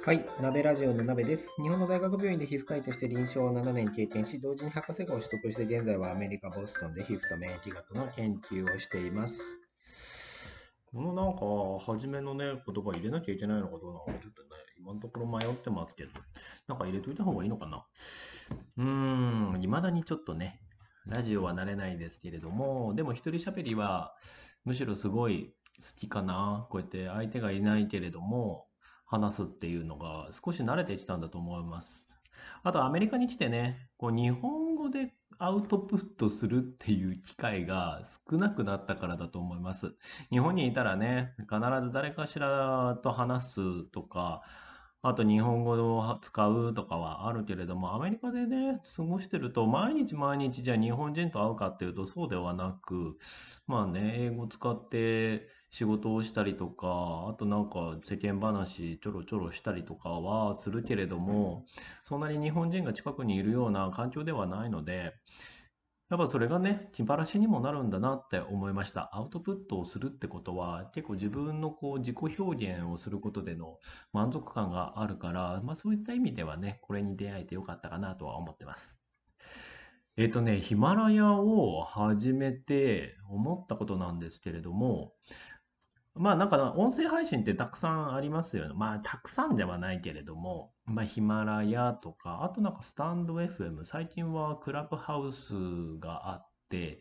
はい、鍋ラジオの鍋です。日本の大学病院で皮膚科医として臨床を7年経験し、同時に博士号を取得して現在はアメリカ・ボストンで皮膚と免疫学の研究をしています。この初めのね、言葉入れなきゃいけないのかどうなのか、ちょっとね、今のところ迷ってますけど、入れといた方がいいのかな。未だにちょっとね、ラジオは慣れないですけれども、でも一人喋りは、むしろすごい好きかな。こうやって相手がいないけれども、話すっていうのが少し慣れてきたんだと思います。あとアメリカに来てね、日本語でアウトプットするっていう機会が少なくなったからだと思います。日本にいたらね、必ず誰かしらと話すとか、あと日本語を使うとかはあるけれども、アメリカでね、過ごしてると、毎日毎日じゃあ日本人と会うかっていうとそうではなく、まあね、英語使って仕事をしたりとか、あと世間話ちょろちょろしたりとかはするけれども、そんなに日本人が近くにいるような環境ではないので、やっぱそれがね、気晴らしにもなるんだなって思いました。アウトプットをするってことは、結構自分の自己表現をすることでの満足感があるから、まあそういった意味ではね、これに出会えてよかったかなとは思ってます。ヒマラヤを始めて思ったことなんですけれども、音声配信ってたくさんありますよね。まあ、たくさんではないけれども、まあ、ヒマラヤとか、あとスタンド FM、最近はクラブハウスがあって、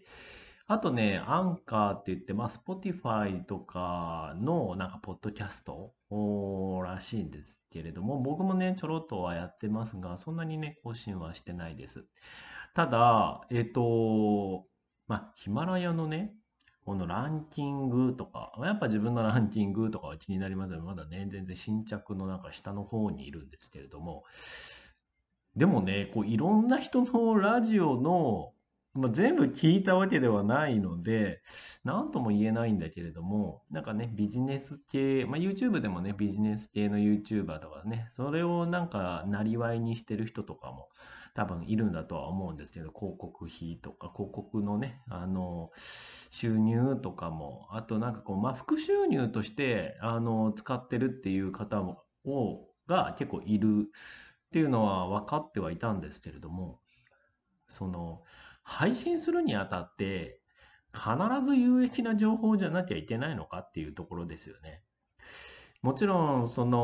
あとね、アンカーって言って、まあ、Spotify とかのポッドキャストらしいんですけれども、僕もね、ちょろっとはやってますが、そんなにね、更新はしてないです。ただ、まあ、ヒマラヤのね、このランキングとか、やっぱ自分のランキングとかは気になりますよね。まだね、全然新着の下の方にいるんですけれども、でもね、いろんな人のラジオの、まあ、全部聞いたわけではないので、なんとも言えないんだけれども、ビジネス系、まあ、YouTube でもね、ビジネス系の YouTuber とかね、それをなりわいにしてる人とかも多分いるんだとは思うんですけど、広告費とか、広告のね、収入とかも、あとまあ、副収入として、使ってるっていう方も、が結構いるっていうのは分かってはいたんですけれども、その、配信するにあたって、必ず有益な情報じゃなきゃいけないのかっていうところですよね。もちろん、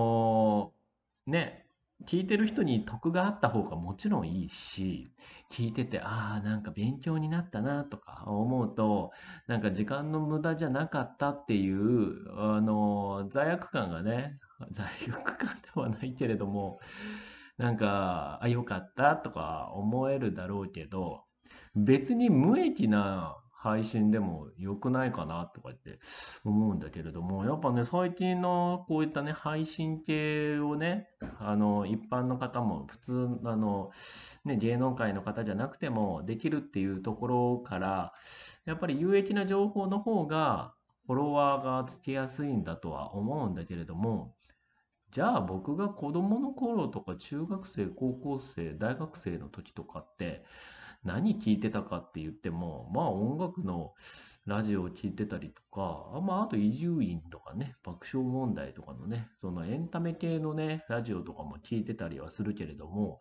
ね、聞いてる人に得があった方がもちろんいいし、聞いてて、ああ、勉強になったなとか思うと、時間の無駄じゃなかったっていう、罪悪感がね、罪悪感ではないけれども、よかったとか思えるだろうけど、別に無益な配信でも良くないかなとかって思うんだけれども、やっぱね、最近のこういったね、配信系をね、一般の方も普通、ね、芸能界の方じゃなくてもできるっていうところから、やっぱり有益な情報の方が、フォロワーがつきやすいんだとは思うんだけれども、じゃあ僕が子供の頃とか中学生、高校生、大学生の時とかって何聞いてたかって言っても、まあ音楽のラジオを聞いてたりとか、あと伊集院とかね、爆笑問題とかのね、そのエンタメ系のね、ラジオとかも聞いてたりはするけれども、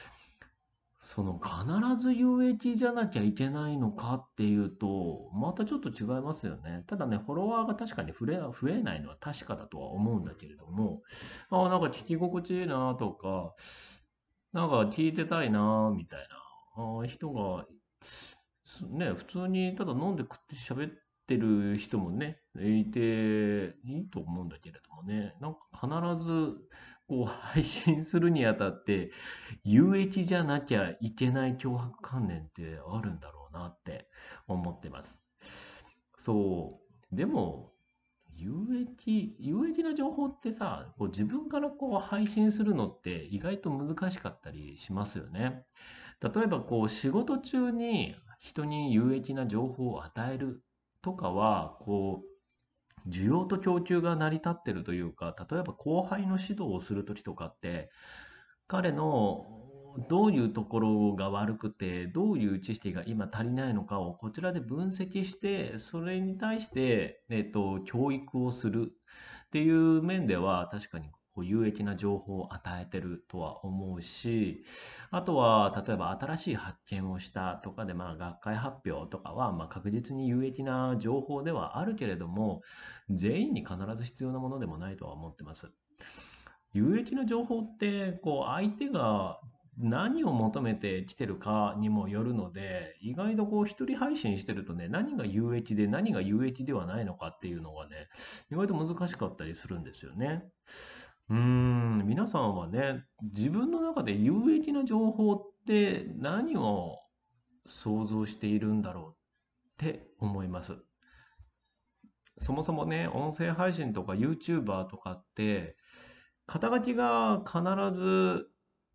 必ず有益じゃなきゃいけないのかっていうと、またちょっと違いますよね。ただね、フォロワーが確かに増えないのは確かだとは思うんだけれども、聞き心地いいなとか、聞いてたいなみたいな人が、ね、普通にただ飲んで食って喋ってる人もね、いていいと思うんだけれどもね、必ず配信するにあたって有益じゃなきゃいけない強迫観念ってあるんだろうなって思ってます。そう。でも、有益な情報ってさ、自分から配信するのって意外と難しかったりしますよね。例えば仕事中に人に有益な情報を与えるとかは、需要と供給が成り立ってるというか、例えば後輩の指導をするときとかって、彼のどういうところが悪くて、どういう知識が今足りないのかをこちらで分析して、それに対して、教育をするっていう面では確かにこう有益な情報を与えてるとは思うし、あとは例えば新しい発見をしたとかで、学会発表とかは確実に有益な情報ではあるけれども、全員に必ず必要なものでもないとは思ってます。有益な情報ってこう相手が何を求めてきてるかにもよるので、意外とこう一人配信してるとね、何が有益で何が有益ではないのかっていうのがね、意外と難しかったりするんですよね。皆さんはね、自分の中で有益な情報って何を想像しているんだろうって思います。そもそもね、音声配信とか YouTuber とかって、肩書きが必ず、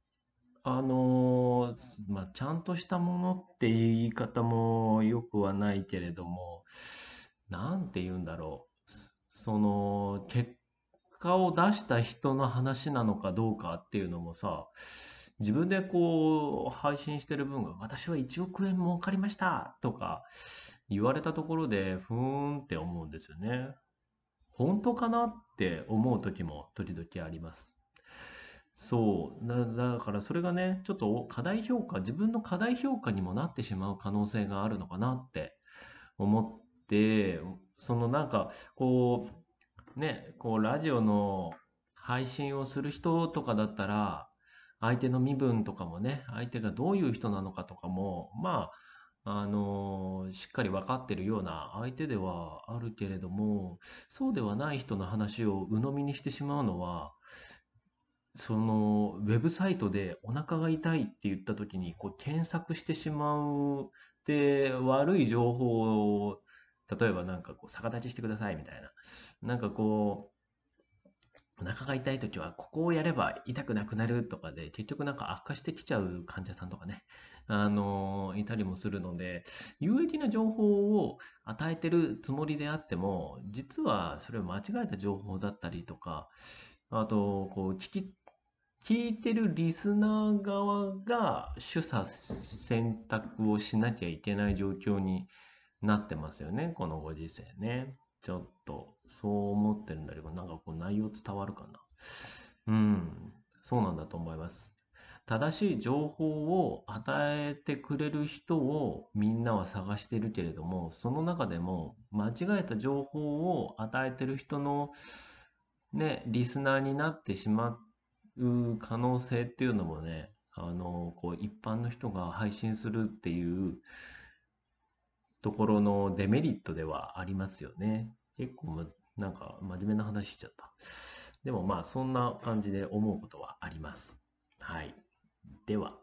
ちゃんとしたものっていう言い方もよくはないけれども、なんて言うんだろう。結果を出した人の話なのかどうかっていうのもさ、自分でこう、配信してる分が、私は1億円儲かりましたとか言われたところで、ふーんって思うんですよね。本当かなって思う時も時々あります。そう。だからそれがね、ちょっと課題評価、自分の課題評価にもなってしまう可能性があるのかなって思って、こうラジオの配信をする人とかだったら、相手の身分とかもね、相手がどういう人なのかとかも、しっかり分かってるような相手ではあるけれども、そうではない人の話を鵜呑みにしてしまうのは、ウェブサイトでお腹が痛いって言った時に、こう検索してしまう。で、悪い情報を、例えば逆立ちしてくださいみたいな。お腹が痛い時はここをやれば痛くなくなるとかで、結局悪化してきちゃう患者さんとかね、いたりもするので、有益な情報を与えてるつもりであっても、実はそれは間違えた情報だったりとか、あと、聞いてるリスナー側が取捨選択をしなきゃいけない状況になってますよね、このご時世ね。ちょっと、そう思ってるんだけど、内容伝わるかな。そうなんだと思います。正しい情報を与えてくれる人をみんなは探してるけれども、その中でも間違えた情報を与えてる人のね、リスナーになってしまう可能性っていうのもね、こう一般の人が配信するっていうところのデメリットではありますよね。結構真面目な話しちゃった。でもそんな感じで思うことはあります。はい。では。